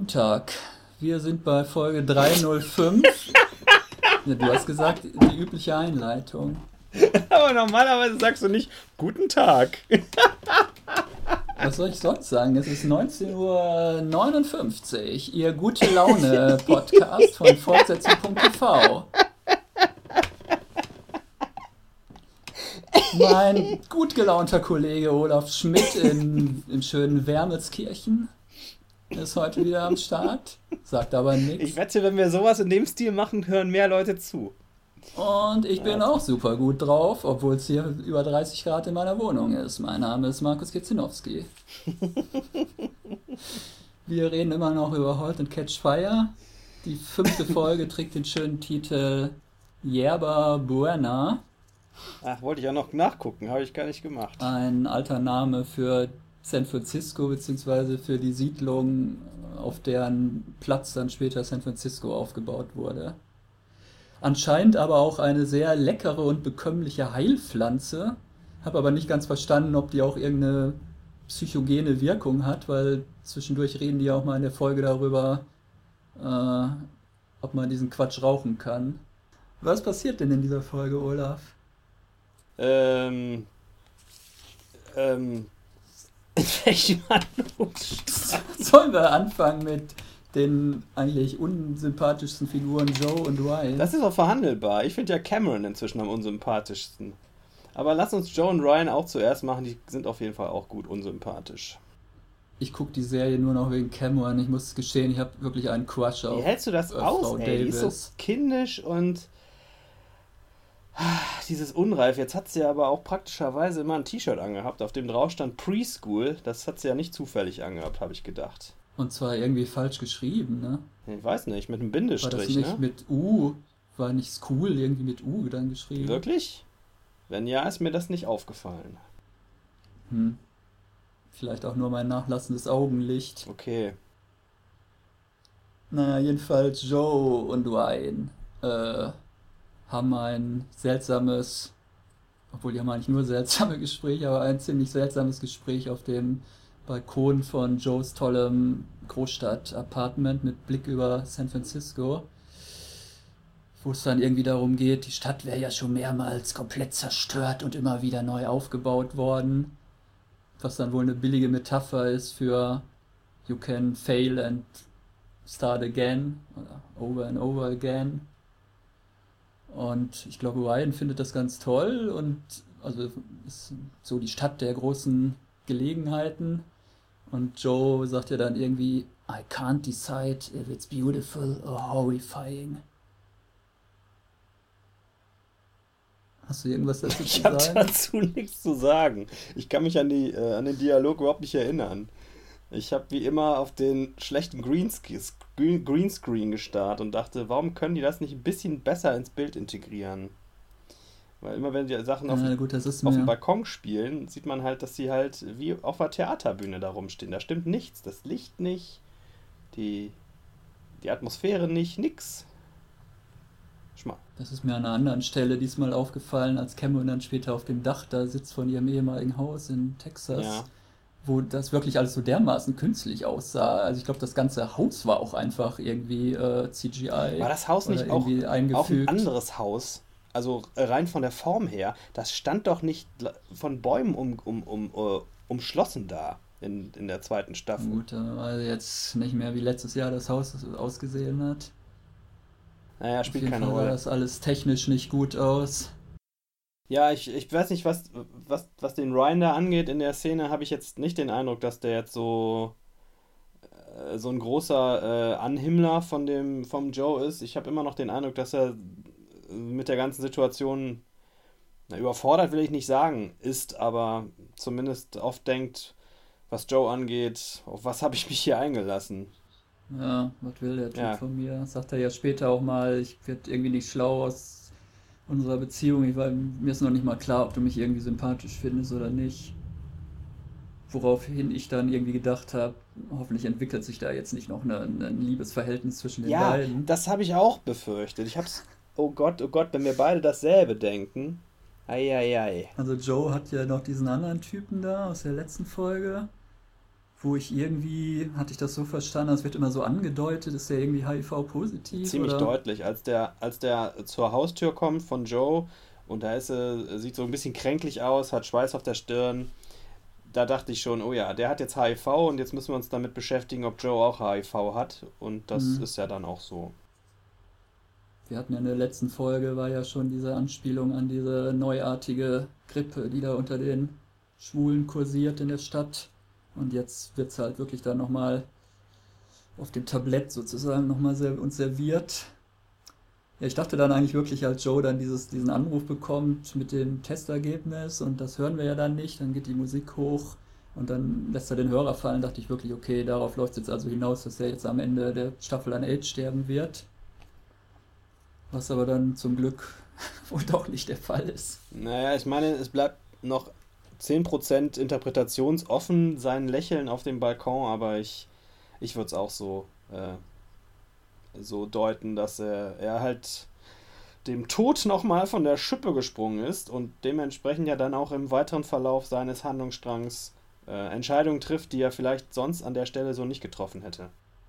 Guten Tag, wir sind bei Folge 305. Ja, du hast gesagt, die übliche Einleitung. Aber normalerweise sagst du nicht Guten Tag. Was soll ich sonst sagen? Es ist 19:59 Uhr, Ihr Gute-Laune-Podcast von Fortsetzung.tv. Mein gut gelaunter Kollege Olaf Schmidt im schönen Wermelskirchen ist heute wieder am Start, sagt aber nichts. Ich wette, wenn wir sowas in dem Stil machen, hören mehr Leute zu. Und ich bin auch super gut drauf, obwohl es hier über 30 Grad in meiner Wohnung ist. Mein Name ist Markus Kicinowski. Wir reden immer noch über Halt and Catch Fire. Die 5. Folge trägt den schönen Titel Yerba Buena. Ach, wollte ich ja noch nachgucken, habe ich gar nicht gemacht. Ein alter Name für San Francisco, beziehungsweise für die Siedlung, auf deren Platz dann später San Francisco aufgebaut wurde. Anscheinend aber auch eine sehr leckere und bekömmliche Heilpflanze. Habe aber nicht ganz verstanden, ob die auch irgendeine psychogene Wirkung hat, weil zwischendurch reden die ja auch mal in der Folge darüber, ob man diesen Quatsch rauchen kann. Was passiert denn in dieser Folge, Olaf? In welchem Handlung? Sollen wir anfangen mit den eigentlich unsympathischsten Figuren Joe und Ryan? Das ist auch verhandelbar. Ich finde ja Cameron inzwischen am unsympathischsten. Aber lass uns Joe und Ryan auch zuerst machen. Die sind auf jeden Fall auch gut unsympathisch. Ich gucke die Serie nur noch wegen Cameron. Ich muss gestehen, ich habe wirklich einen Crush auf Wie hältst du das aus, Frau ey? Die Davis. ist so kindisch und dieses Unreif. Jetzt hat sie ja aber auch praktischerweise immer ein T-Shirt angehabt, auf dem drauf stand Preschool. Das hat sie ja nicht zufällig angehabt, habe ich gedacht. Und zwar irgendwie falsch geschrieben, ne? Ich weiß nicht, mit einem War das Bindestrich, nicht ne? mit U? War nicht School irgendwie mit U dann geschrieben? Wirklich? Wenn ja, ist mir das nicht aufgefallen. Vielleicht auch nur mein nachlassendes Augenlicht. Okay. Naja, jedenfalls Joe und Ryan haben ein seltsames, obwohl die haben eigentlich nur seltsame Gespräche, aber ein ziemlich seltsames Gespräch auf dem Balkon von Joes tollem Großstadt-Apartment mit Blick über San Francisco, wo es dann irgendwie darum geht, die Stadt wäre ja schon mehrmals komplett zerstört und immer wieder neu aufgebaut worden, was dann wohl eine billige Metapher ist für You can fail and start again oder over and over again. Und ich glaube, Ryan findet das ganz toll und also ist so die Stadt der großen Gelegenheiten. Und Joe sagt ja dann irgendwie, I can't decide if it's beautiful or horrifying. Hast du irgendwas dazu Ich zu habe sagen? dazu nichts zu sagen. Ich kann mich an den Dialog überhaupt nicht erinnern. Ich habe wie immer auf den schlechten Greenscreen gestarrt und dachte, warum können die das nicht ein bisschen besser ins Bild integrieren? Weil immer wenn die Sachen auf Gut, das ist dem mir. Balkon spielen, sieht man halt, dass sie halt wie auf einer Theaterbühne da rumstehen. Da stimmt nichts. Das Licht nicht, die Atmosphäre nicht, nix. Schmal. Das ist mir an einer anderen Stelle diesmal aufgefallen, als Cameron dann später auf dem Dach da sitzt von ihrem ehemaligen Haus in Texas, Ja. wo das wirklich alles so dermaßen künstlich aussah. Also ich glaube, das ganze Haus war auch einfach irgendwie CGI War das Haus oder nicht auch irgendwie ein eingefügt. anderes Haus? Also rein von der Form her, das stand doch nicht von Bäumen umschlossen da in der zweiten Staffel. Gut, also jetzt nicht mehr wie letztes Jahr das Haus ausgesehen hat. Naja, Auf spielt jeden keine Fall sah Rolle. das alles technisch nicht gut aus. Ja, ich weiß nicht, was den Ryan da angeht. In der Szene habe ich jetzt nicht den Eindruck, dass der jetzt so ein großer Anhimmler vom Joe ist. Ich habe immer noch den Eindruck, dass er mit der ganzen Situation, überfordert will ich nicht sagen, ist, aber zumindest oft denkt, was Joe angeht, auf was habe ich mich hier eingelassen. Ja, was will der Typ Ja, von mir? Sagt er ja später auch mal, ich werde irgendwie nicht schlau aus unserer Beziehung. Mir ist noch nicht mal klar, ob du mich irgendwie sympathisch findest oder nicht. Woraufhin ich dann irgendwie gedacht habe, hoffentlich entwickelt sich da jetzt nicht noch ein Liebesverhältnis zwischen den ja, beiden. das habe ich auch befürchtet. Oh Gott, wenn wir beide dasselbe denken. Eieiei. Also Joe hat ja noch diesen anderen Typen da aus der letzten Folge. wo hatte ich das so verstanden, es wird immer so angedeutet, ist der irgendwie HIV-positiv Ziemlich oder? deutlich, als der zur Haustür kommt von Joe und da sieht so ein bisschen kränklich aus, hat Schweiß auf der Stirn. Da dachte ich schon, oh ja, der hat jetzt HIV und jetzt müssen wir uns damit beschäftigen, ob Joe auch HIV hat. Und das Hm. ist ja dann auch so. Wir hatten ja in der letzten Folge, war ja schon diese Anspielung an diese neuartige Grippe, die da unter den Schwulen kursiert in der Stadt. Und jetzt wird es halt wirklich dann nochmal auf dem Tablett sozusagen nochmal uns serviert. Ja, ich dachte dann eigentlich wirklich, als Joe dann diesen Anruf bekommt mit dem Testergebnis und das hören wir ja dann nicht, dann geht die Musik hoch und dann lässt er den Hörer fallen, dachte ich wirklich, okay, darauf läuft es jetzt also hinaus, dass er jetzt am Ende der Staffel an AIDS sterben wird, was aber dann zum Glück wohl doch nicht der Fall ist. Naja, ich meine, es bleibt noch 10% interpretationsoffen, sein Lächeln auf dem Balkon, aber ich würde es auch so deuten, dass er halt dem Tod nochmal von der Schippe gesprungen ist und dementsprechend ja dann auch im weiteren Verlauf seines Handlungsstrangs Entscheidungen trifft, die er vielleicht sonst an der Stelle so nicht getroffen hätte.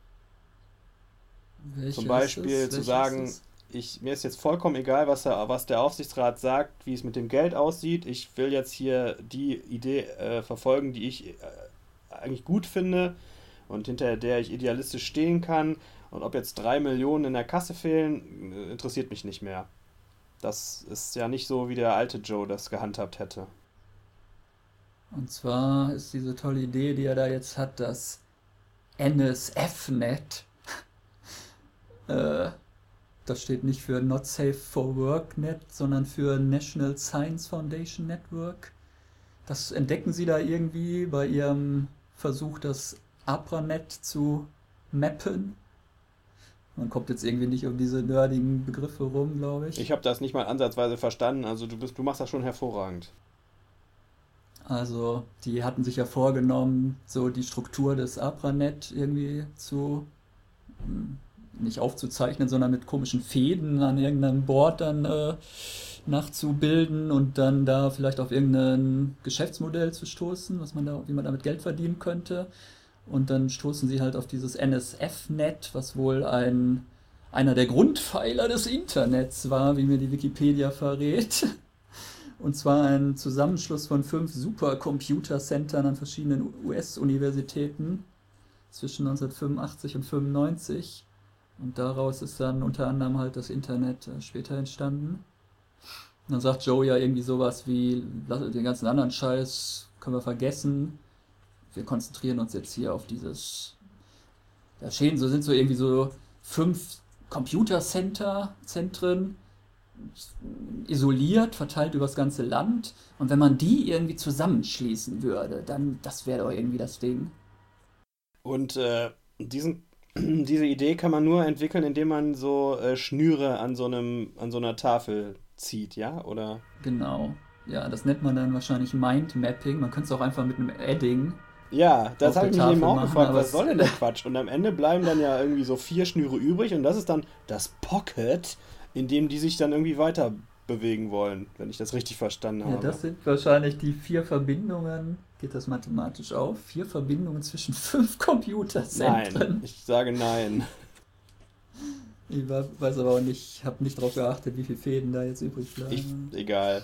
Zum Welche ist Beispiel es? zu Welche ist sagen, es? mir ist jetzt vollkommen egal, was der Aufsichtsrat sagt, wie es mit dem Geld aussieht. Ich will jetzt hier die Idee verfolgen, die ich eigentlich gut finde und hinter der ich idealistisch stehen kann. Und ob jetzt 3 Millionen in der Kasse fehlen, interessiert mich nicht mehr. Das ist ja nicht so, wie der alte Joe das gehandhabt hätte. Und zwar ist diese tolle Idee, die er da jetzt hat, das NSF-Net. Äh, Das steht nicht für Not Safe for Work Net, sondern für National Science Foundation Network. Das entdecken sie da irgendwie bei ihrem Versuch, das APRANet zu mappen. Man kommt jetzt irgendwie nicht um diese nerdigen Begriffe rum, glaube ich. Ich habe das nicht mal ansatzweise verstanden, also du machst das schon hervorragend. Also, die hatten sich ja vorgenommen, so die Struktur des APRANet irgendwie nicht aufzuzeichnen, sondern mit komischen Fäden an irgendeinem Board dann nachzubilden und dann da vielleicht auf irgendein Geschäftsmodell zu stoßen, wie man damit Geld verdienen könnte. Und dann stoßen sie halt auf dieses NSF-Net, was wohl einer der Grundpfeiler des Internets war, wie mir die Wikipedia verrät. Und zwar ein Zusammenschluss von 5 Supercomputer-Centern an verschiedenen US-Universitäten zwischen 1985 und 95. Und daraus ist dann unter anderem halt das Internet später entstanden. Und dann sagt Joe ja irgendwie sowas wie, den ganzen anderen Scheiß können wir vergessen. Wir konzentrieren uns jetzt hier auf sind so irgendwie so 5 Computercenter-Zentren isoliert, verteilt über das ganze Land. Und wenn man die irgendwie zusammenschließen würde, dann, das wäre doch irgendwie das Ding. Und diese Idee kann man nur entwickeln, indem man so Schnüre an so einer Tafel zieht, ja? Oder? Genau. Ja, das nennt man dann wahrscheinlich Mindmapping. Man könnte es auch einfach mit einem Edding Ja, das auf habe der ich mich eben Tafel auch machen, gefragt, aber was es, soll denn der Quatsch? Und am Ende bleiben dann ja irgendwie so 4 Schnüre übrig und das ist dann das Pocket, in dem die sich dann irgendwie weiter bewegen wollen, wenn ich das richtig verstanden ja, habe. das sind wahrscheinlich die 4 Verbindungen. Geht das mathematisch auf? 4 Verbindungen zwischen 5 Nein, Computerzentren. ich sage nein. Weiß aber auch nicht, habe nicht darauf geachtet, wie viele Fäden da jetzt übrig bleiben. Egal.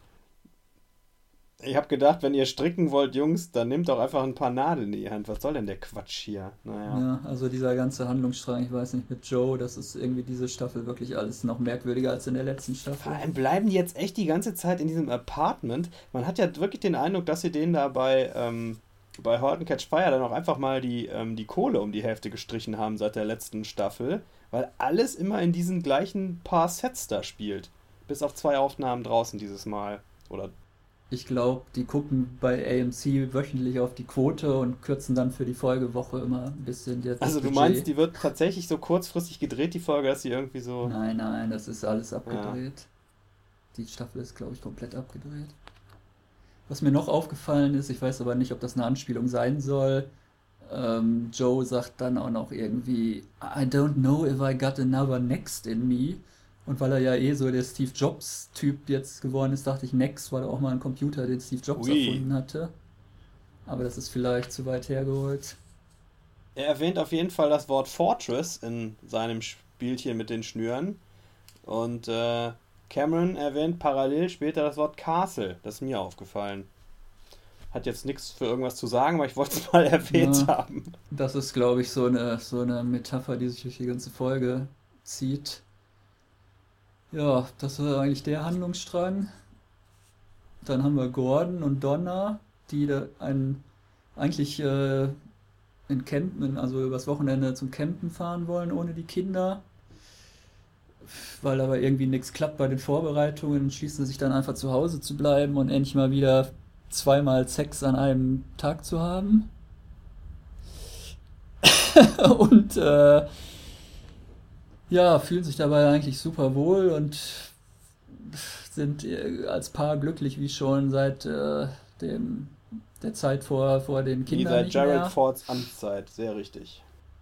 Ich habe gedacht, wenn ihr stricken wollt, Jungs, dann nehmt doch einfach ein paar Nadeln in die Hand. Was soll denn der Quatsch hier? Naja. Ja, also dieser ganze Handlungsstrang, ich weiß nicht, mit Joe, das ist irgendwie diese Staffel wirklich alles noch merkwürdiger als in der letzten Vor Staffel. allem bleiben die jetzt echt die ganze Zeit in diesem Apartment. Man hat ja wirklich den Eindruck, dass sie denen da bei Halt and Catch Fire dann auch einfach mal die Kohle um die Hälfte gestrichen haben seit der letzten Staffel, weil alles immer in diesen gleichen paar Sets da spielt. Bis auf 2 Aufnahmen draußen dieses Mal. Oder. Ich glaube, die gucken bei AMC wöchentlich auf die Quote und kürzen dann für die Folgewoche immer ein bisschen das Also du meinst, Budget. die wird tatsächlich so kurzfristig gedreht, die Folge, dass sie irgendwie so. Nein, nein, das ist alles Ja. abgedreht. Die Staffel ist, glaube ich, komplett abgedreht. Was mir noch aufgefallen ist, ich weiß aber nicht, ob das eine Anspielung sein soll. Joe sagt dann auch noch irgendwie, I don't know if I got another next in me. Und weil er ja eh so der Steve Jobs-Typ jetzt geworden ist, dachte ich, Next war da auch mal ein Computer, den Steve Jobs Ui. erfunden hatte. Aber das ist vielleicht zu weit hergeholt. Er erwähnt auf jeden Fall das Wort Fortress in seinem Spielchen mit den Schnüren. Und Cameron erwähnt parallel später das Wort Castle. Das ist mir aufgefallen. Hat jetzt nichts für irgendwas zu sagen, aber ich wollte es mal erwähnt Ja, haben. das ist, glaube ich, so eine Metapher, die sich durch die ganze Folge zieht. Ja, das war eigentlich der Handlungsstrang. Dann haben wir Gordon und Donna, die da eigentlich in Campen, also übers Wochenende zum Campen fahren wollen ohne die Kinder. Weil aber irgendwie nichts klappt bei den Vorbereitungen, entschließen sie sich dann einfach zu Hause zu bleiben und endlich mal wieder zweimal Sex an einem Tag zu haben. Und ja, fühlen sich dabei eigentlich super wohl und sind als Paar glücklich wie schon seit der Zeit vor den Wie Kindern seit nicht Gerald mehr. Fords Amtszeit. Sehr richtig.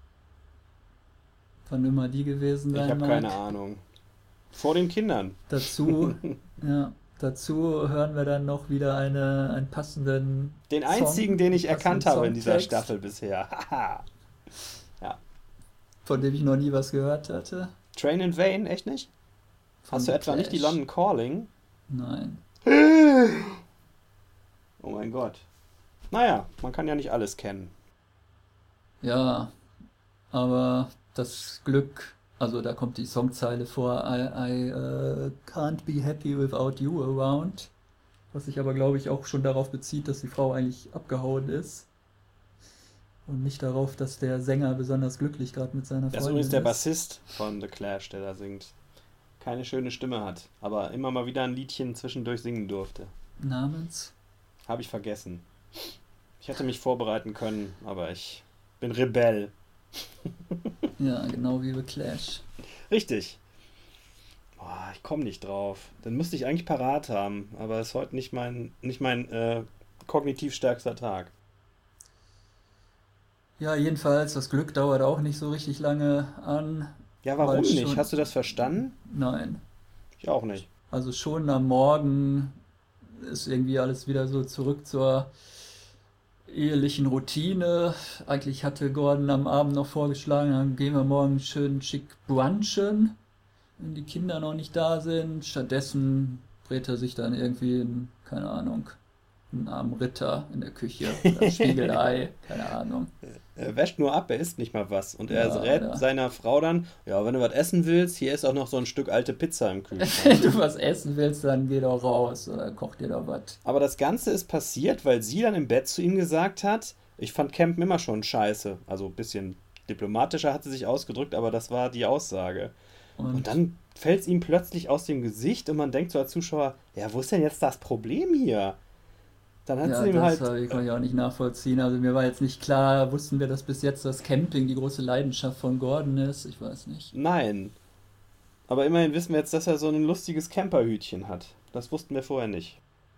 Wann immer die gewesen Ich sein habe keine mag. Ahnung. Vor den Kindern. Dazu, ja, dazu hören wir dann noch wieder einen passenden Den einzigen, Song, den einen ich passenden erkannt habe in dieser Songtext, Staffel bisher. Haha. Ja. von dem ich noch nie was gehört hatte. Train in Vain, echt nicht? Von Hast du The etwa nicht die Clash. London Calling? Nein. Oh mein Gott. Naja, man kann ja nicht alles kennen. Ja, aber das Glück, also da kommt die Songzeile vor, I can't be happy without you around, was sich aber, glaube ich, auch schon darauf bezieht, dass die Frau eigentlich abgehauen ist und nicht darauf, dass der Sänger besonders glücklich gerade mit seiner Das ist übrigens Freundin der ist. Bassist von The Clash, der da singt. Keine schöne Stimme hat, aber immer mal wieder ein Liedchen zwischendurch singen durfte. Namens? Habe ich vergessen. Ich hätte mich vorbereiten können, aber ich bin Rebell. Ja, genau wie The Clash. Richtig. Boah, ich komme nicht drauf. Dann müsste ich eigentlich parat haben, aber ist heute nicht mein kognitiv stärkster Tag. Ja, jedenfalls, das Glück dauert auch nicht so richtig lange an, Ja, weil warum nicht? schon, Hast du das verstanden? nein, Ich auch nicht. also schon am Morgen ist irgendwie alles wieder so zurück zur ehelichen Routine. Eigentlich hatte Gordon am Abend noch vorgeschlagen, dann gehen wir morgen schön schick brunchen, wenn die Kinder noch nicht da sind. Stattdessen brät er sich dann irgendwie, keine Ahnung, einen armen Ritter in der Küche oder ein Spiegelei, keine Ahnung. Er wäscht nur ab, er isst nicht mal was. Und er Ja, rät oder seiner Frau dann, ja, wenn du was essen willst, hier ist auch noch so ein Stück alte Pizza im wenn Kühlschrank. du was essen willst, dann geh doch raus oder koch dir doch was. Aber das Ganze ist passiert, weil sie dann im Bett zu ihm gesagt hat, ich fand Campen immer schon scheiße. Also ein bisschen diplomatischer hat sie sich ausgedrückt, aber das war die Aussage. Und Und dann fällt es ihm plötzlich aus dem Gesicht und man denkt so als Zuschauer, ja, wo ist denn jetzt das Problem hier? Dann hat ja, sie ihm das halt, kann ich auch nicht nachvollziehen. Also mir war jetzt nicht klar, wussten wir, dass bis jetzt das Camping die große Leidenschaft von Gordon ist? Ich weiß nicht. nein. Aber immerhin wissen wir jetzt, dass er so ein lustiges Camperhütchen hat. Das wussten wir vorher nicht.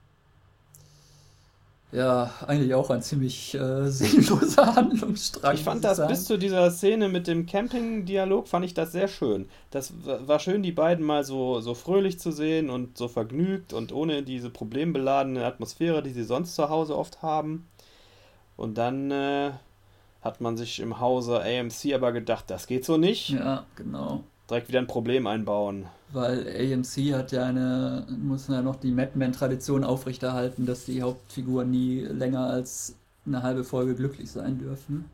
Ja, eigentlich auch ein ziemlich sinnloser Ich Handlungsstrang, muss fand ich das bis sagen. zu dieser Szene mit dem Camping-Dialog, fand ich das sehr schön. Das war schön, die beiden mal so fröhlich zu sehen und so vergnügt und ohne diese problembeladene Atmosphäre, die sie sonst zu Hause oft haben. Und dann hat man sich im Hause AMC aber gedacht, das geht so nicht. Ja, genau. Direkt wieder ein Problem einbauen. Weil AMC hat ja muss ja noch die Mad Men-Tradition aufrechterhalten, dass die Hauptfiguren nie länger als eine halbe Folge glücklich sein dürfen.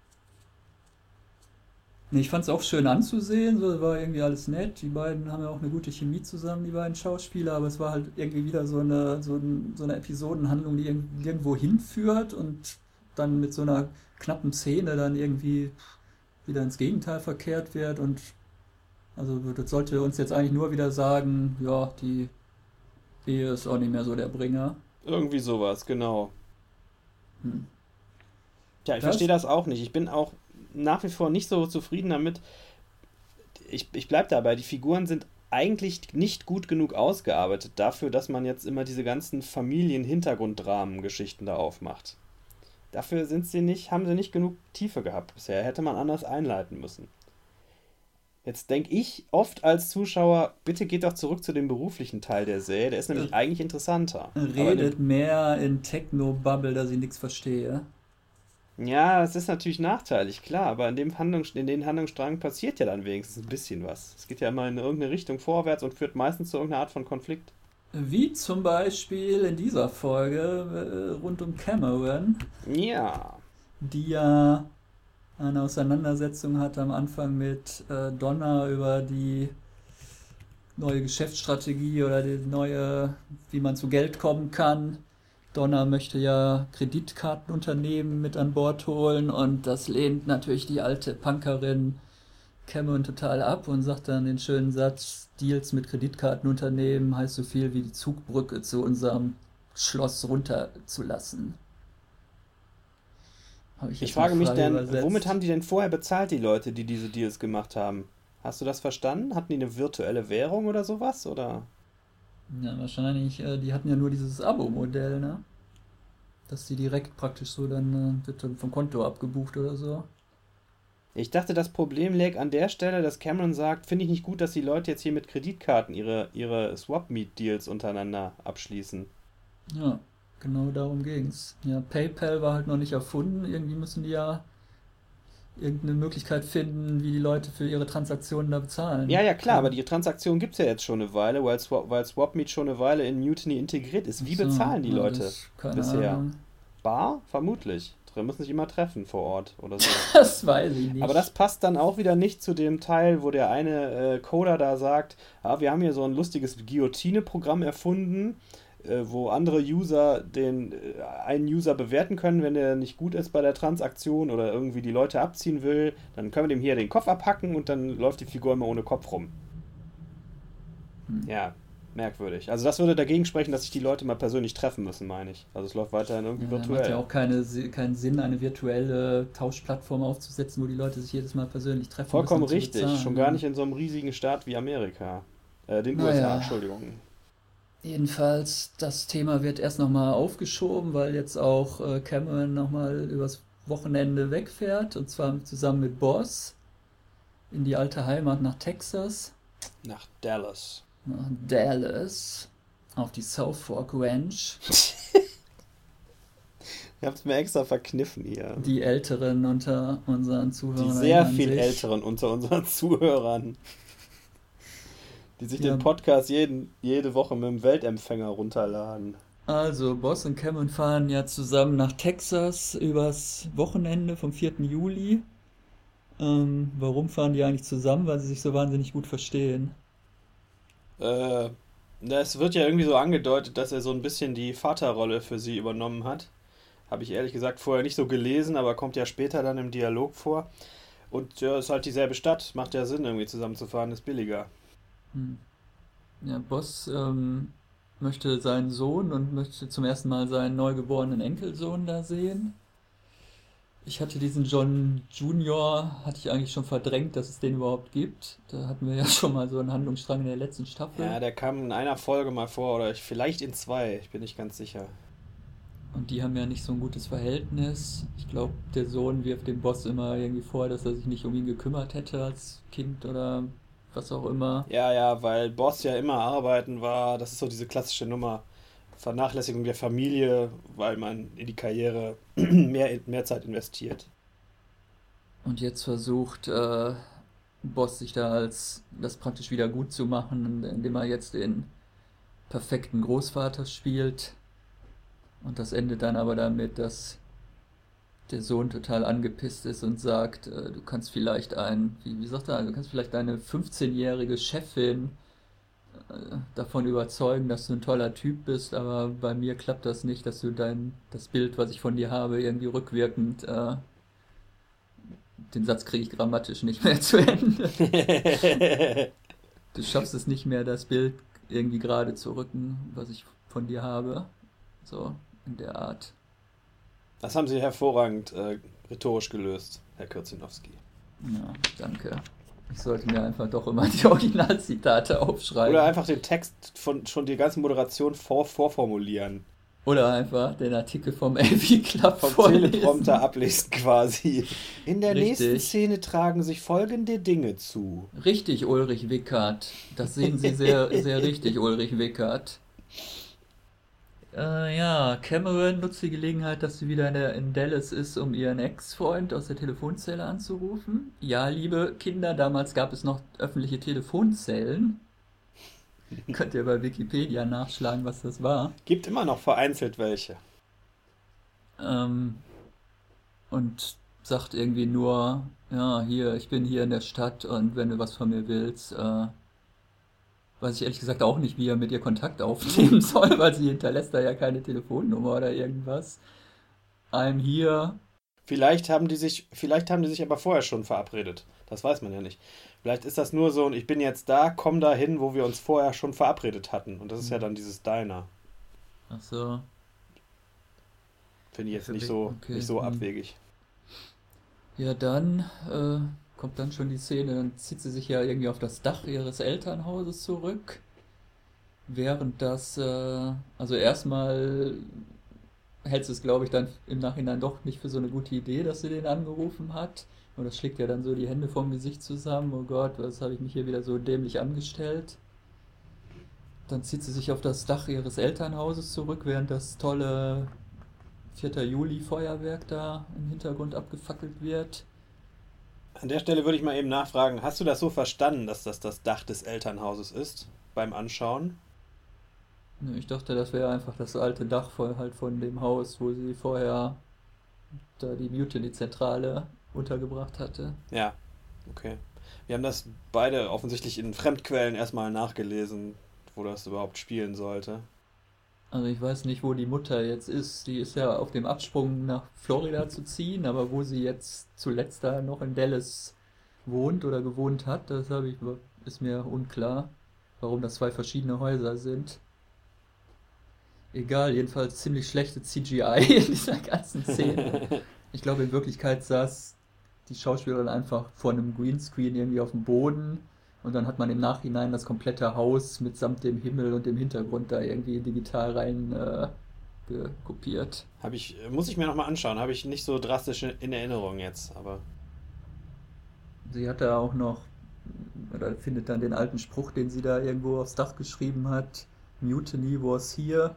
Nee, ich fand es auch schön anzusehen, so, das war irgendwie alles nett. Die beiden haben ja auch eine gute Chemie zusammen, die beiden Schauspieler, aber es war halt irgendwie wieder so eine Episodenhandlung, die irgendwo hinführt und dann mit so einer knappen Szene dann irgendwie wieder ins Gegenteil verkehrt wird. Und also das sollte uns jetzt eigentlich nur wieder sagen, ja, die Ehe ist auch nicht mehr so der Bringer. Irgendwie sowas, genau. Hm. Tja, ich verstehe Das? das auch nicht. Ich bin auch nach wie vor nicht so zufrieden damit. Ich bleib dabei, die Figuren sind eigentlich nicht gut genug ausgearbeitet dafür, dass man jetzt immer diese ganzen Familien-Hintergrunddramen-Geschichten da aufmacht. Dafür haben sie nicht genug Tiefe gehabt bisher. Hätte man anders einleiten müssen. Jetzt denke ich oft als Zuschauer, bitte geht doch zurück zu dem beruflichen Teil der Serie, der ist Äh, nämlich eigentlich interessanter. Aber Redet mehr in Techno-Bubble, dass ich nichts verstehe. ja, es ist natürlich nachteilig, klar, aber in den Handlungsstrang passiert ja dann wenigstens ein bisschen was. Es geht ja immer in irgendeine Richtung vorwärts und führt meistens zu irgendeiner Art von Konflikt. Wie zum Beispiel in dieser Folge rund um Cameron, Ja. die ja eine Auseinandersetzung hat am Anfang mit Donna über die neue Geschäftsstrategie oder die neue, wie man zu Geld kommen kann. Donna möchte ja Kreditkartenunternehmen mit an Bord holen und das lehnt natürlich die alte Punkerin Cameron total ab und sagt dann den schönen Satz, Deals mit Kreditkartenunternehmen heißt so viel wie die Zugbrücke zu unserem Schloss runterzulassen. Habe ich Ich jetzt mal frage mich frei dann, womit übersetzt. haben die denn vorher bezahlt, die Leute, die diese Deals gemacht haben? Hast du das verstanden? Hatten die eine virtuelle Währung oder sowas? Oder? Ja, wahrscheinlich, die hatten ja nur dieses Abo-Modell, ne? Dass die direkt praktisch so dann wird dann vom Konto abgebucht oder so. Ich dachte, das Problem läge an der Stelle, dass Cameron sagt, finde ich nicht gut, dass die Leute jetzt hier mit Kreditkarten ihre Swap-Meet-Deals untereinander abschließen. Ja, genau darum ging's. Ja, PayPal war halt noch nicht erfunden. Irgendwie müssen die ja irgendeine Möglichkeit finden, wie die Leute für ihre Transaktionen da Ja, bezahlen ja, klar, aber können. die Transaktion gibt es ja jetzt schon eine Weile, weil SwapMeet schon eine Weile in Mutiny integriert ist. Ach Wie so, bezahlen die ja, Leute das, keine bisher? Ahnung. Bar? Vermutlich. Die müssen sich immer treffen vor Ort oder so. Das weiß ich Aber das nicht. passt dann auch wieder nicht zu dem Teil, wo der eine Coder da sagt, wir haben hier so ein lustiges Guillotine-Programm erfunden, wo andere User einen User bewerten können, wenn der nicht gut ist bei der Transaktion oder irgendwie die Leute abziehen will, dann können wir dem hier den Kopf abhacken und dann läuft die Figur immer ohne Kopf rum. Hm. Ja, merkwürdig. Also das würde dagegen sprechen, dass sich die Leute mal persönlich treffen müssen, meine ich. Also es läuft weiterhin irgendwie Ja, macht ja virtuell. auch keinen Sinn, eine virtuelle Tauschplattform aufzusetzen, wo die Leute sich jedes Mal persönlich treffen müssen, Vollkommen um zu richtig, schon bezahlen. gar Ne? nicht in so einem riesigen Staat wie Amerika. Den USA, Naja, Entschuldigung. jedenfalls, das Thema wird erst nochmal aufgeschoben, weil jetzt auch Cameron nochmal übers Wochenende wegfährt, und zwar zusammen mit Boss in die alte Heimat nach Texas, Nach Dallas. nach Dallas, auf die South Fork Ranch. Ihr habt es mir extra verkniffen hier. Die Älteren unter unseren Die Zuhörern sehr erinnern viel sich. Älteren unter unseren Zuhörern, die sich den Ja, Podcast jede Woche mit dem Weltempfänger runterladen. also Boss und Cameron fahren ja zusammen nach Texas übers Wochenende vom 4. Juli. Warum fahren die eigentlich zusammen? Weil sie sich so wahnsinnig gut verstehen. Äh, Es wird ja irgendwie so angedeutet, dass er so ein bisschen die Vaterrolle für sie übernommen hat. Habe ich ehrlich gesagt vorher nicht so gelesen, aber kommt ja später dann im Dialog vor. Und ja, ist halt dieselbe Stadt. Macht ja Sinn, irgendwie zusammenzufahren, ist billiger. Hm. Ja, Boss möchte seinen Sohn und möchte zum ersten Mal seinen neugeborenen Enkelsohn da sehen. Ich hatte diesen John Junior, hatte ich eigentlich schon verdrängt, dass es den überhaupt gibt. Da hatten wir ja schon mal so einen Handlungsstrang in der letzten Staffel. Ja, der kam in einer Folge mal vor oder vielleicht in zwei, ich bin nicht ganz sicher. Und die haben ja nicht so ein gutes Verhältnis. Ich glaube, der Sohn wirft dem Boss immer irgendwie vor, dass er sich nicht um ihn gekümmert hätte als Kind oder was auch immer. Ja, ja, weil Boss ja immer arbeiten war. Das ist so diese klassische Nummer. Vernachlässigung der Familie, weil man in die Karriere mehr Zeit investiert. Und jetzt versucht Boss sich da als das praktisch wieder gut zu machen, indem er jetzt den perfekten Großvater spielt. Und das endet dann aber damit, dass der Sohn total angepisst ist und sagt, du kannst vielleicht wie sagt er, du kannst vielleicht deine 15-jährige Chefin davon überzeugen, dass du ein toller Typ bist, aber bei mir klappt das nicht, dass du das Bild, was ich von dir habe, irgendwie rückwirkend, den Satz kriege ich grammatisch nicht mehr zu Ende. Du schaffst es nicht mehr, das Bild irgendwie gerade zu rücken, was ich von dir habe. So, in der Art. Das haben Sie hervorragend rhetorisch gelöst, Herr Kürzinowski. Ja, danke. Ich sollte mir einfach doch immer die Originalzitate Oder aufschreiben. einfach den Text schon die ganze Moderation vorformulieren. Oder einfach den Artikel vom AV Club Vom vorlesen. Teleprompter ablesen quasi. In der nächsten Richtig. Szene tragen sich folgende Dinge zu. Richtig, Ulrich Wickert. Das sehen Sie sehr, sehr richtig, Ulrich Wickert. Ja, Cameron nutzt die Gelegenheit, dass sie wieder in Dallas ist, um ihren Ex-Freund aus der Telefonzelle anzurufen. Ja, liebe Kinder, damals gab es noch öffentliche Telefonzellen. Könnt ihr bei Wikipedia nachschlagen, was das war. Gibt immer noch vereinzelt welche. Ähm, und sagt irgendwie nur, ja, hier, ich bin hier in der Stadt und wenn du was von mir willst, weiß ich ehrlich gesagt auch nicht, wie er mit ihr Kontakt aufnehmen soll, weil sie hinterlässt da ja keine Telefonnummer oder irgendwas. I'm here. Vielleicht haben die sich aber vorher schon verabredet. Das weiß man ja nicht. Vielleicht ist das nur so ein, ich bin jetzt da, komm da hin, wo wir uns vorher schon verabredet hatten. Und das ist ja dann dieses Diner. Ach so. Finde ich Ja, jetzt nicht okay. so abwegig. Ja, dann kommt dann schon die Szene, dann zieht sie sich ja irgendwie auf das Dach ihres Elternhauses zurück. Während also erstmal hält sie es, glaube ich, dann im Nachhinein doch nicht für so eine gute Idee, dass sie den angerufen hat. Und das schlägt ja dann so die Hände vom Gesicht zusammen. Oh Gott, was habe ich mich hier wieder so dämlich angestellt? Dann zieht sie sich auf das Dach ihres Elternhauses zurück, während das tolle 4. Juli-Feuerwerk da im Hintergrund abgefackelt wird. An der Stelle würde ich mal eben nachfragen, hast du das so verstanden, dass das Dach des Elternhauses ist beim Anschauen? Nö, ich dachte, das wäre einfach das alte Dach halt von dem Haus, wo sie vorher da die Mutiny-Zentrale untergebracht hatte. Ja, okay. Wir haben das beide offensichtlich in Fremdquellen erstmal nachgelesen, wo das überhaupt spielen sollte. Also ich weiß nicht, wo die Mutter jetzt ist. Die ist ja auf dem Absprung nach Florida zu ziehen, aber wo sie jetzt zuletzt da noch in Dallas wohnt oder gewohnt hat, ist mir unklar, warum das zwei verschiedene Häuser sind. Egal, jedenfalls ziemlich schlechte CGI in dieser ganzen Szene. Ich glaube, in Wirklichkeit saß die Schauspielerin einfach vor einem Greenscreen irgendwie auf dem Boden und dann hat man im Nachhinein das komplette Haus mitsamt dem Himmel und dem Hintergrund da irgendwie digital rein kopiert. Muss ich mir nochmal anschauen, habe ich nicht so drastisch in Erinnerung jetzt, aber Sie hat da auch noch, oder findet dann den alten Spruch, den sie da irgendwo aufs Dach geschrieben hat. Mutiny was here.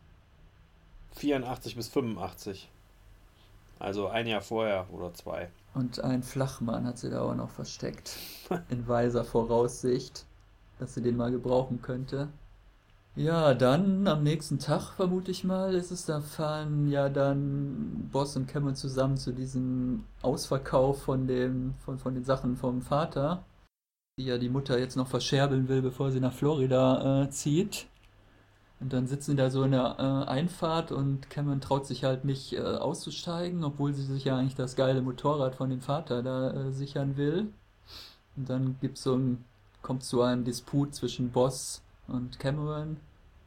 84 bis 85. Also ein Jahr vorher oder zwei. Und ein Flachmann hat sie da auch noch versteckt. In weiser Voraussicht, dass sie den mal gebrauchen könnte. Ja, dann am nächsten Tag, vermute ich mal, da fahren ja dann Boss und Cameron zusammen zu diesem Ausverkauf von den Sachen vom Vater, die ja die Mutter jetzt noch verscherbeln will, bevor sie nach Florida zieht. Und dann sitzen sie da so in der Einfahrt und Cameron traut sich halt nicht auszusteigen, obwohl sie sich ja eigentlich das geile Motorrad von dem Vater da sichern will. Und dann kommt es zu einem Disput zwischen Boss und Cameron.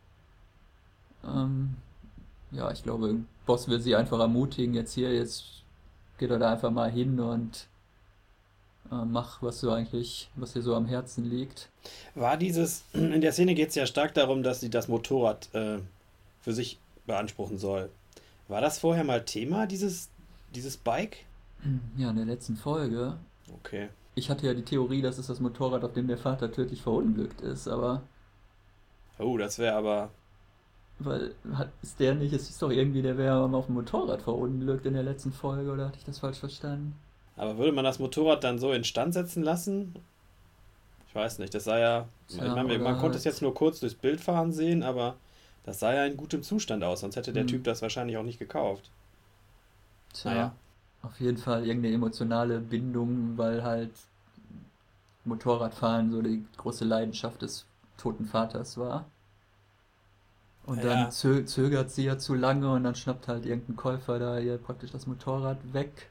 Ähm, ja, ich glaube, Boss will sie einfach ermutigen, jetzt geht er da einfach mal hin und mach, was dir so am Herzen liegt. In der Szene geht es ja stark darum, dass sie das Motorrad für sich beanspruchen soll. War das vorher mal Thema, dieses Bike? Ja, in der letzten Folge. Okay. Ich hatte ja die Theorie, dass es das Motorrad, auf dem der Vater tödlich verunglückt ist, aber Oh, das wäre aber. ist der nicht, es ist doch irgendwie, der wäre mal auf dem Motorrad verunglückt in der letzten Folge, oder hatte ich das falsch verstanden? Aber würde man das Motorrad dann so instand setzen lassen? Ich weiß nicht, das sah ja. Ich Tja, meine, man oder konnte es jetzt halt, nur kurz durchs Bild fahren sehen, aber das sah ja in gutem Zustand aus, sonst hätte der hm, Typ das wahrscheinlich auch nicht gekauft. tja, Naja. auf jeden Fall irgendeine emotionale Bindung, weil halt Motorradfahren so die große Leidenschaft des toten Vaters war. Und dann Ja. zögert sie ja zu lange und dann schnappt halt irgendein Käufer da ihr praktisch das Motorrad weg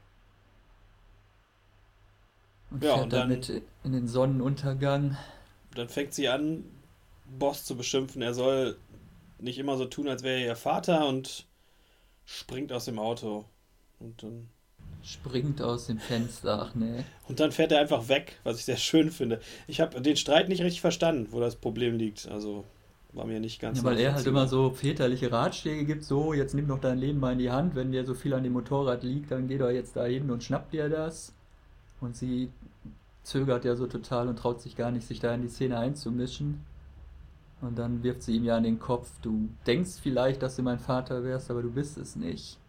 und Ja, fährt und dann, damit in den Sonnenuntergang. dann fängt sie an, Boss zu beschimpfen. Er soll nicht immer so tun, als wäre er ihr Vater und springt aus dem Auto. Und dann, Springt aus dem Fenster, ach nee. und dann fährt er einfach weg, was ich sehr schön finde. Ich habe den Streit nicht richtig verstanden, wo das Problem liegt. Also, war mir nicht ganz Ja, weil er halt immer nachvollziehbar. so väterliche Ratschläge gibt, so, jetzt nimm doch dein Leben mal in die Hand, wenn dir so viel an dem Motorrad liegt, dann geh doch jetzt da hin und schnapp dir das. Und sie zögert ja so total und traut sich gar nicht, sich da in die Szene einzumischen. Und dann wirft sie ihm ja an den Kopf, du denkst vielleicht, dass du mein Vater wärst, aber du bist es nicht.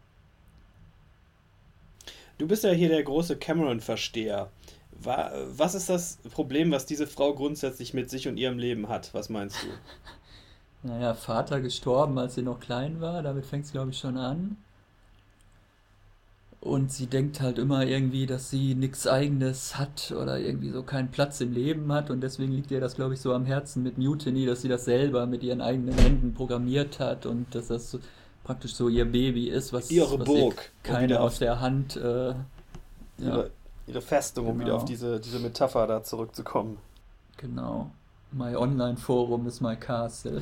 Du bist ja hier der große Cameron-Versteher. Was ist das Problem, was diese Frau grundsätzlich mit sich und ihrem Leben hat? Was meinst du? Naja, Vater gestorben, als sie noch klein war, damit fängt es, glaube ich, schon an. Und sie denkt halt immer irgendwie, dass sie nichts Eigenes hat oder irgendwie so keinen Platz im Leben hat. Und deswegen liegt ihr das, glaube ich, so am Herzen mit Mutiny, dass sie das selber mit ihren eigenen Händen programmiert hat und dass das so, praktisch so ihr Baby ist, Ihre was ihr Burg, um keiner wieder aus auf der Hand, ja, ihre Festung, um wieder auf genau, diese Metapher da zurückzukommen. genau. My Online-Forum ist my castle.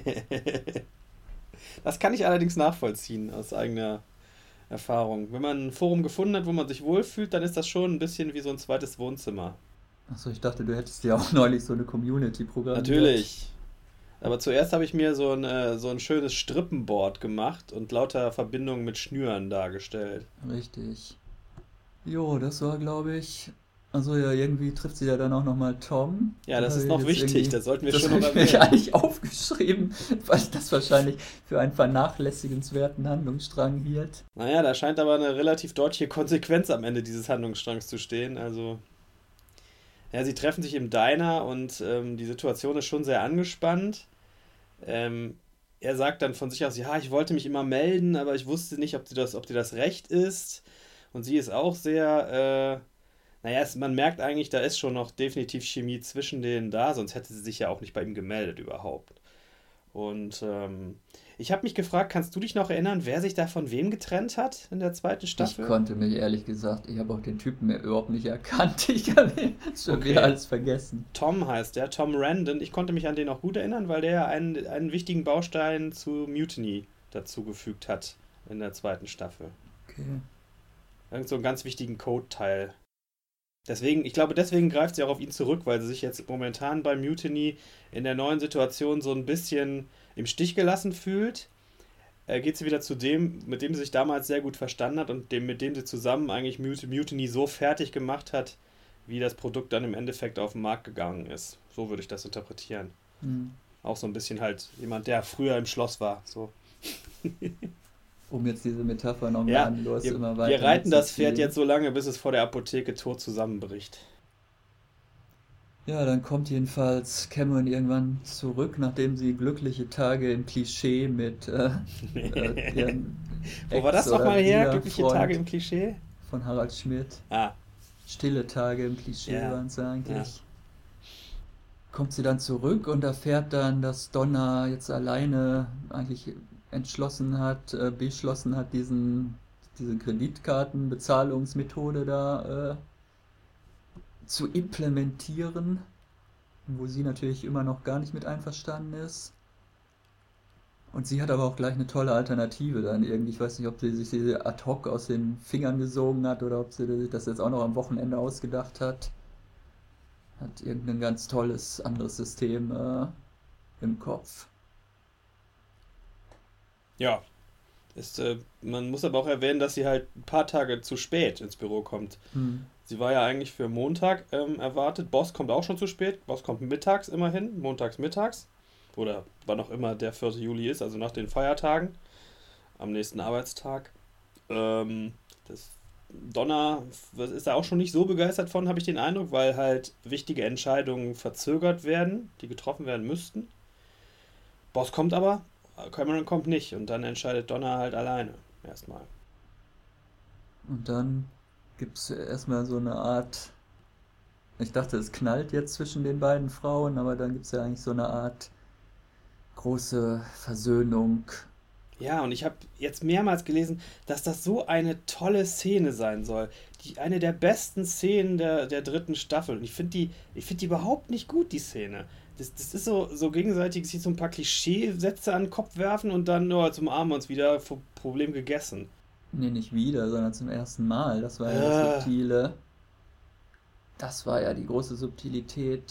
Das kann ich allerdings nachvollziehen aus eigener Erfahrung. Wenn man ein Forum gefunden hat, wo man sich wohlfühlt, dann ist das schon ein bisschen wie so ein zweites Wohnzimmer. Achso, ich dachte, du hättest ja auch neulich so eine Community programmiert. Natürlich. Aber zuerst habe ich mir so ein schönes Strippenboard gemacht und lauter Verbindungen mit Schnüren dargestellt. Richtig. Jo, das war, glaube ich. Also ja, irgendwie trifft sie ja dann auch nochmal Tom. Ja, Das das habe ist ich noch jetzt wichtig, irgendwie, das sollten wir das schon habe noch ich mir gar erwähnen. nicht aufgeschrieben, weil ich das wahrscheinlich für einen vernachlässigenswerten Handlungsstrang hielt. Naja, da scheint aber eine relativ deutliche Konsequenz am Ende dieses Handlungsstrangs zu stehen. Also, ja, sie treffen sich im Diner und die Situation ist schon sehr angespannt. Ähm, Er sagt dann von sich aus, ja, ich wollte mich immer melden, aber ich wusste nicht, ob dir das recht ist. Und sie ist auch sehr, naja, man merkt eigentlich, da ist schon noch definitiv Chemie zwischen denen da, sonst hätte sie sich ja auch nicht bei ihm gemeldet überhaupt. Und ich habe mich gefragt, kannst du dich noch erinnern, wer sich da von wem getrennt hat in der zweiten Ich Staffel? konnte mich ehrlich gesagt, ich habe auch den Typen mehr überhaupt nicht erkannt. Ich habe schon wieder Okay, alles vergessen. Tom heißt der, Tom Randon. Ich konnte mich an den auch gut erinnern, weil der ja einen wichtigen Baustein zu Mutiny dazugefügt hat in der zweiten Staffel. Okay. Irgend so einen ganz wichtigen Code-Teil. Deswegen, ich glaube, deswegen greift sie auch auf ihn zurück, weil sie sich jetzt momentan bei Mutiny in der neuen Situation so ein bisschen im Stich gelassen fühlt. Geht sie wieder zu dem, mit dem sie sich damals sehr gut verstanden hat und mit dem sie zusammen eigentlich Mutiny so fertig gemacht hat, wie das Produkt dann im Endeffekt auf den Markt gegangen ist. So würde ich das interpretieren. Hm. Auch so ein bisschen halt jemand, der früher im Schloss war. So. Um jetzt diese Metapher noch Ja, gnadenlos immer wir weiter reiten das Pferd jetzt mitzuziehen. so lange, bis es vor der Apotheke tot zusammenbricht. Ja, dann kommt jedenfalls Cameron irgendwann zurück, nachdem sie glückliche Tage im Klischee mit ihrem Wo war Ex das oder nochmal her? Glückliche Tage Wiederfreund im Klischee? von Harald Schmidt. Ah, Stille Tage im Klischee ja, waren es ja. eigentlich. Kommt sie dann zurück und erfährt dann, dass Donna jetzt alleine eigentlich beschlossen hat, diese Kreditkartenbezahlungsmethode da zu implementieren, wo sie natürlich immer noch gar nicht mit einverstanden ist. Und sie hat aber auch gleich eine tolle Alternative dann irgendwie. Ich weiß nicht, ob sie sich diese ad hoc aus den Fingern gesogen hat oder ob sie sich das jetzt auch noch am Wochenende ausgedacht hat. Hat irgendein ganz tolles anderes System im Kopf. Ja, man muss aber auch erwähnen, dass sie halt ein paar Tage zu spät ins Büro kommt. Hm. Sie war ja eigentlich für Montag erwartet. Boss kommt auch schon zu spät. Boss kommt mittags immerhin, montags mittags. Oder wann auch immer der 4. Juli ist, also nach den Feiertagen, am nächsten Arbeitstag. Das Donner ist da auch schon nicht so begeistert von, habe ich den Eindruck, weil halt wichtige Entscheidungen verzögert werden, die getroffen werden müssten. Boss kommt aber, Cameron kommt nicht und dann entscheidet Donner halt alleine. Erstmal. Und dann gibt es erstmal so eine Art, ich dachte, es knallt jetzt zwischen den beiden Frauen, aber dann gibt es ja eigentlich so eine Art große Versöhnung. Ja, und ich habe jetzt mehrmals gelesen, dass das so eine tolle Szene sein soll. Eine der besten Szenen der dritten Staffel. Und ich find die überhaupt nicht gut, die Szene. Das ist so gegenseitig sich so ein paar Klischeesätze an den Kopf werfen und dann nur zum Umarmen wir uns wieder, Problem gegessen. Nee, nicht wieder, sondern zum ersten Mal. Das war ja das Äh, Subtile. Das war ja die große Subtilität,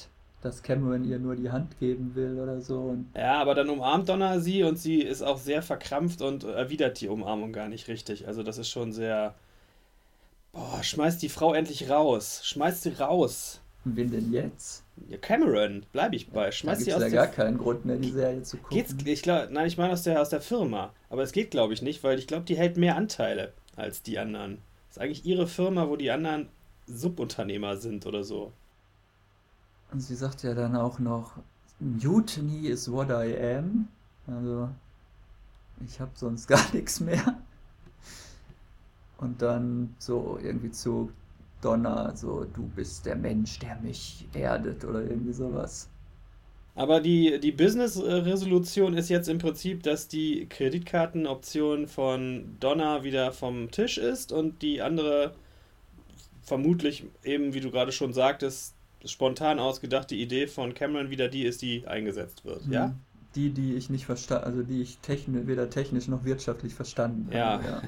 dass Cameron ihr nur die Hand geben will oder so. Und Ja, aber dann umarmt Donna sie und sie ist auch sehr verkrampft und erwidert die Umarmung gar nicht richtig. Also das ist schon sehr. Boah, schmeiß die Frau endlich raus. Schmeiß sie raus. wen denn jetzt? Ja, Cameron, bleibe ich bei. Da Schmeiß gibt sie es aus ja der. gar keinen Grund mehr, die Serie zu Geht's, gucken. ich glaube, nein, ich meine aus der Firma. Aber es geht, glaube ich, nicht, weil ich glaube, die hält mehr Anteile als die anderen. Das ist eigentlich ihre Firma, wo die anderen Subunternehmer sind oder so. Und sie sagt ja dann auch noch, Mutiny is what I am. Also, ich habe sonst gar nichts mehr. Und dann so irgendwie zu Donna, so, du bist der Mensch, der mich erdet oder irgendwie sowas. Aber die Business-Resolution ist jetzt im Prinzip, dass die Kreditkartenoption von Donna wieder vom Tisch ist und die andere vermutlich eben, wie du gerade schon sagtest, spontan ausgedachte Idee von Cameron wieder die ist, die eingesetzt wird. Ja? Hm. Die ich nicht verstanden, also die ich weder technisch noch wirtschaftlich verstanden Ja. habe, ja.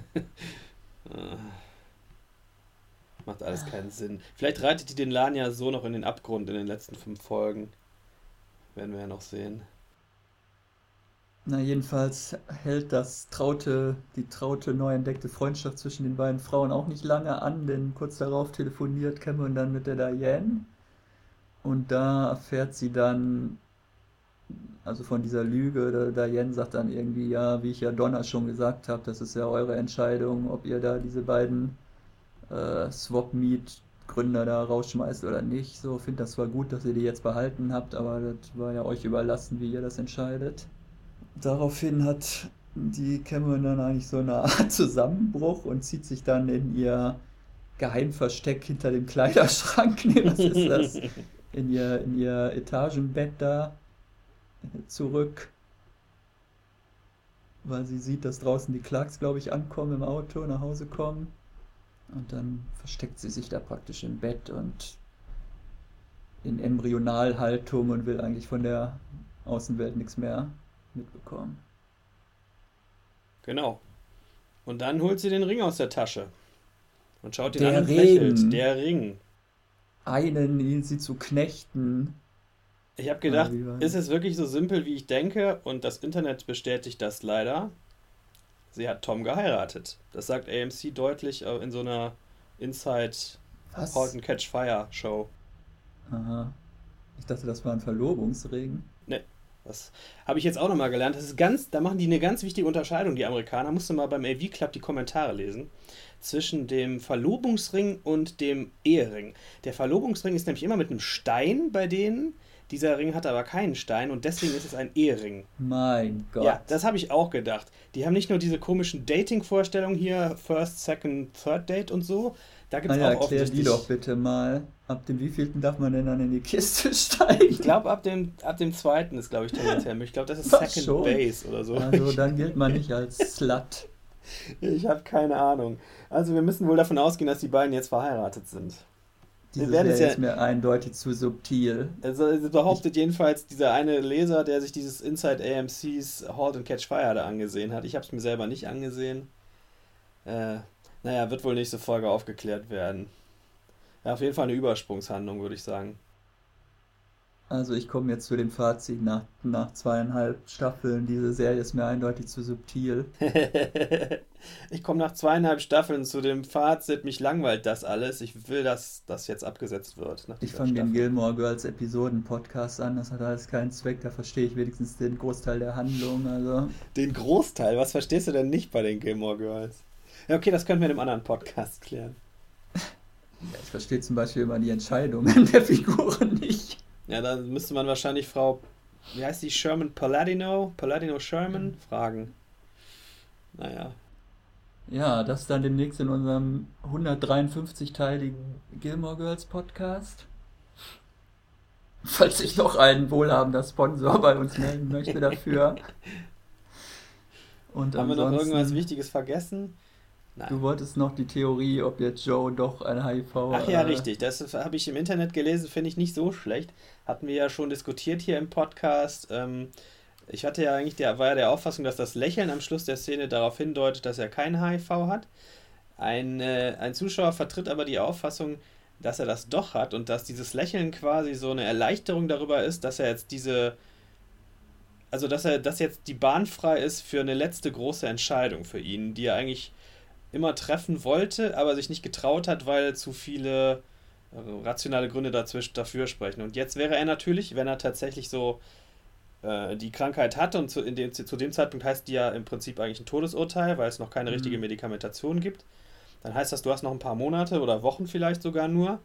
Macht alles keinen Sinn. Vielleicht reitet die den Laden ja so noch in den Abgrund in den letzten 5 Folgen. Werden wir ja noch sehen. Na, jedenfalls hält die traute, neu entdeckte Freundschaft zwischen den beiden Frauen auch nicht lange an, denn kurz darauf telefoniert Cameron dann mit der Diane und da erfährt sie dann, also von dieser Lüge, der Diane sagt dann irgendwie, ja, wie ich ja Donna schon gesagt habe, das ist ja eure Entscheidung, ob ihr da diese beiden Swap-Meet-Gründer da rausschmeißt oder nicht. So, finde das zwar gut, dass ihr die jetzt behalten habt, aber das war ja euch überlassen, wie ihr das entscheidet. Daraufhin hat die Cameron dann eigentlich so eine Art Zusammenbruch und zieht sich dann in ihr Geheimversteck hinter dem Kleiderschrank, nee, was ist das? In ihr Etagenbett da zurück, weil sie sieht, dass draußen die Clarks, glaube ich, ankommen im Auto, nach Hause kommen. Und dann versteckt sie sich da praktisch im Bett und in Embryonalhaltung und will eigentlich von der Außenwelt nichts mehr mitbekommen. Genau. Und dann holt sie den Ring aus der Tasche und schaut ihn an Der und lächelt. Ring, Der Ring. einen sie zu knechten. Ich habe Oder gedacht, wie war ist das? es wirklich so simpel, wie ich denke? Und das Internet bestätigt das leider. Sie hat Tom geheiratet. Das sagt AMC deutlich in so einer Inside Halt Was? and Catch Fire Show. Aha. Ich dachte, das war ein Verlobungsring. Ne, das habe ich jetzt auch nochmal gelernt. Das ist ganz, da machen die eine ganz wichtige Unterscheidung, die Amerikaner. Musst du mal beim AV Club die Kommentare lesen. Zwischen dem Verlobungsring und dem Ehering. Der Verlobungsring ist nämlich immer mit einem Stein bei denen. Dieser Ring hat aber keinen Stein und deswegen ist es ein Ehering. Mein Ja, Gott. das habe ich auch gedacht. Die haben nicht nur diese komischen Dating-Vorstellungen hier, First, Second, Third Date und so. Da gibt es Naja, auch erklär die doch offensichtlich. bitte mal. Ab dem wievielten darf man denn dann in die Kiste Ich steigen? glaube, ab dem zweiten ist, glaube ich, tendenziell möglich. Ich glaube, das ist Was Second schon? Base oder so. Also dann gilt man nicht als Slut. Ich habe keine Ahnung. Also wir müssen wohl davon ausgehen, dass die beiden jetzt verheiratet sind. Wir Diese werden es Serie ja, ist mir eindeutig zu subtil. also es Ich, behauptet jedenfalls dieser eine Leser, der sich dieses Inside AMC's Halt and Catch Fire da angesehen hat. Ich habe es mir selber nicht angesehen. Äh, naja, wird wohl nächste Folge aufgeklärt werden. Ja, auf jeden Fall eine Übersprungshandlung, würde ich sagen. also ich komme jetzt zu dem Fazit nach 2,5 Staffeln. Diese Serie ist mir eindeutig zu subtil. Ich komme nach 2,5 Staffeln zu dem Fazit, mich langweilt das alles. Ich will, dass das jetzt abgesetzt wird nach Ich dieser fange den Staffel. Gilmore Girls Episoden-Podcast an. Das hat alles keinen Zweck. Da verstehe ich wenigstens den Großteil der Handlung. Also, Den Großteil, was verstehst du denn nicht bei den Gilmore Girls? Ja, okay, das können wir in einem anderen Podcast klären. ja, ich verstehe zum Beispiel immer die Entscheidungen der Figuren nicht. Ja, dann müsste man wahrscheinlich Frau, wie heißt die, Sherman Palladino Sherman, fragen. Naja. Ja, das dann demnächst in unserem 153-teiligen Gilmore Girls Podcast. Falls sich noch ein wohlhabender Sponsor bei uns melden möchte dafür. Und Haben wir noch irgendwas ansonsten, Wichtiges vergessen? du Nein. wolltest noch die Theorie, ob jetzt Joe doch ein HIV, Ach ja, richtig. Das habe ich im Internet gelesen, finde ich nicht so schlecht. Hatten wir ja schon diskutiert hier im Podcast. Ich hatte ja eigentlich, war ja der Auffassung, dass das Lächeln am Schluss der Szene darauf hindeutet, dass er kein HIV hat. Ein Zuschauer vertritt aber die Auffassung, dass er das doch hat und dass dieses Lächeln quasi so eine Erleichterung darüber ist, dass er jetzt dass jetzt die Bahn frei ist für eine letzte große Entscheidung für ihn, die er eigentlich immer treffen wollte, aber sich nicht getraut hat, weil zu viele rationale Gründe dafür sprechen. Und jetzt wäre er natürlich, wenn er tatsächlich so die Krankheit hat und zu dem Zeitpunkt heißt die ja im Prinzip eigentlich ein Todesurteil, weil es noch keine richtige Mhm. Medikamentation gibt, dann heißt das, du hast noch ein paar Monate oder Wochen vielleicht sogar nur.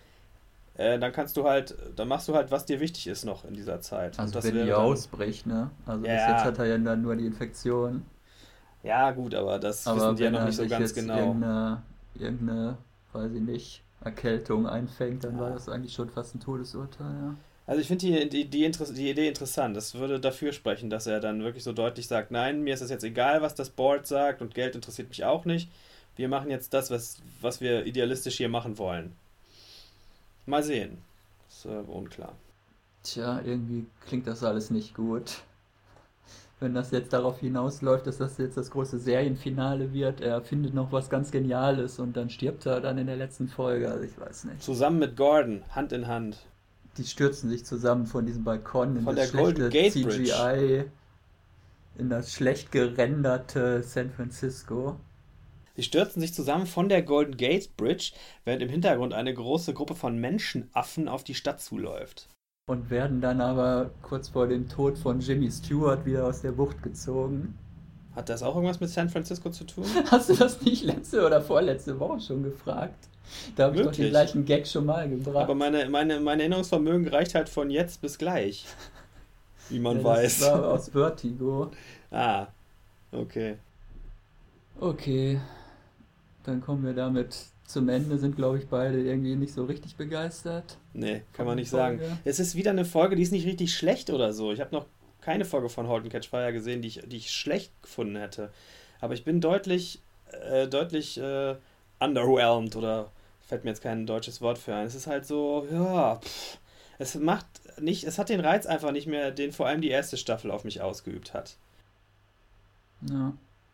Dann machst du halt, was dir wichtig ist noch in dieser Zeit. Und Also das wenn die wäre dann, ausbricht, ne? Also bis jetzt ja, hat er ja dann nur die Infektion. ja gut, aber das wissen Aber die ja wenn noch er nicht so sich ganz jetzt genau. irgendeine, weiß ich nicht, Erkältung einfängt, dann war Ja. das eigentlich schon fast ein Todesurteil, ja. Also ich finde die Idee interessant. Das würde dafür sprechen, dass er dann wirklich so deutlich sagt, nein, mir ist es jetzt egal, was das Board sagt und Geld interessiert mich auch nicht. Wir machen jetzt das, was wir idealistisch hier machen wollen. Mal sehen. Ist unklar. Tja, irgendwie klingt das alles nicht gut. Wenn das jetzt darauf hinausläuft, dass das jetzt das große Serienfinale wird, er findet noch was ganz Geniales und dann stirbt er dann in der letzten Folge, also ich weiß nicht. Zusammen mit Gordon, Hand in Hand. Die stürzen sich zusammen von diesem Balkon in Von das der Golden schlechte Gate Bridge. CGI, in das schlecht gerenderte San Francisco. Sie stürzen sich zusammen von der Golden Gate Bridge, während im Hintergrund eine große Gruppe von Menschenaffen auf die Stadt zuläuft. Und werden dann aber kurz vor dem Tod von Jimmy Stewart wieder aus der Bucht gezogen. Hat das auch irgendwas mit San Francisco zu tun? Hast du das nicht letzte oder vorletzte Woche schon gefragt? Da habe ich doch den Möglich. gleichen Gag schon mal Aber gebracht. mein Erinnerungsvermögen reicht halt von jetzt bis gleich, wie man Ja, das weiß. war aus Vertigo. Ah, okay. Okay, dann kommen wir damit zum Ende. Sind, glaube ich, beide irgendwie nicht so richtig begeistert Nee, kann von man der nicht sagen. Folge. Es ist wieder eine Folge, die ist nicht richtig schlecht oder so. Ich habe noch keine Folge von Halt and Catch Fire gesehen, die ich schlecht gefunden hätte. Aber ich bin deutlich underwhelmed oder fällt mir jetzt kein deutsches Wort für ein. Es ist halt so, ja, es hat den Reiz einfach nicht mehr, den vor allem die erste Staffel auf mich ausgeübt hat. Ja,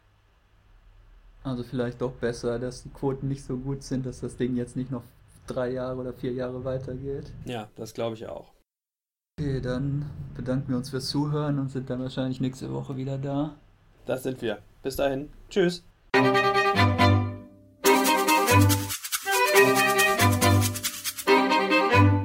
also vielleicht doch besser, dass die Quoten nicht so gut sind, dass das Ding jetzt nicht noch 3 Jahre oder 4 Jahre weitergeht. Ja, das glaube ich auch. Okay, dann bedanken wir uns fürs Zuhören und sind dann wahrscheinlich nächste Woche wieder da. Das sind wir. Bis dahin. Tschüss.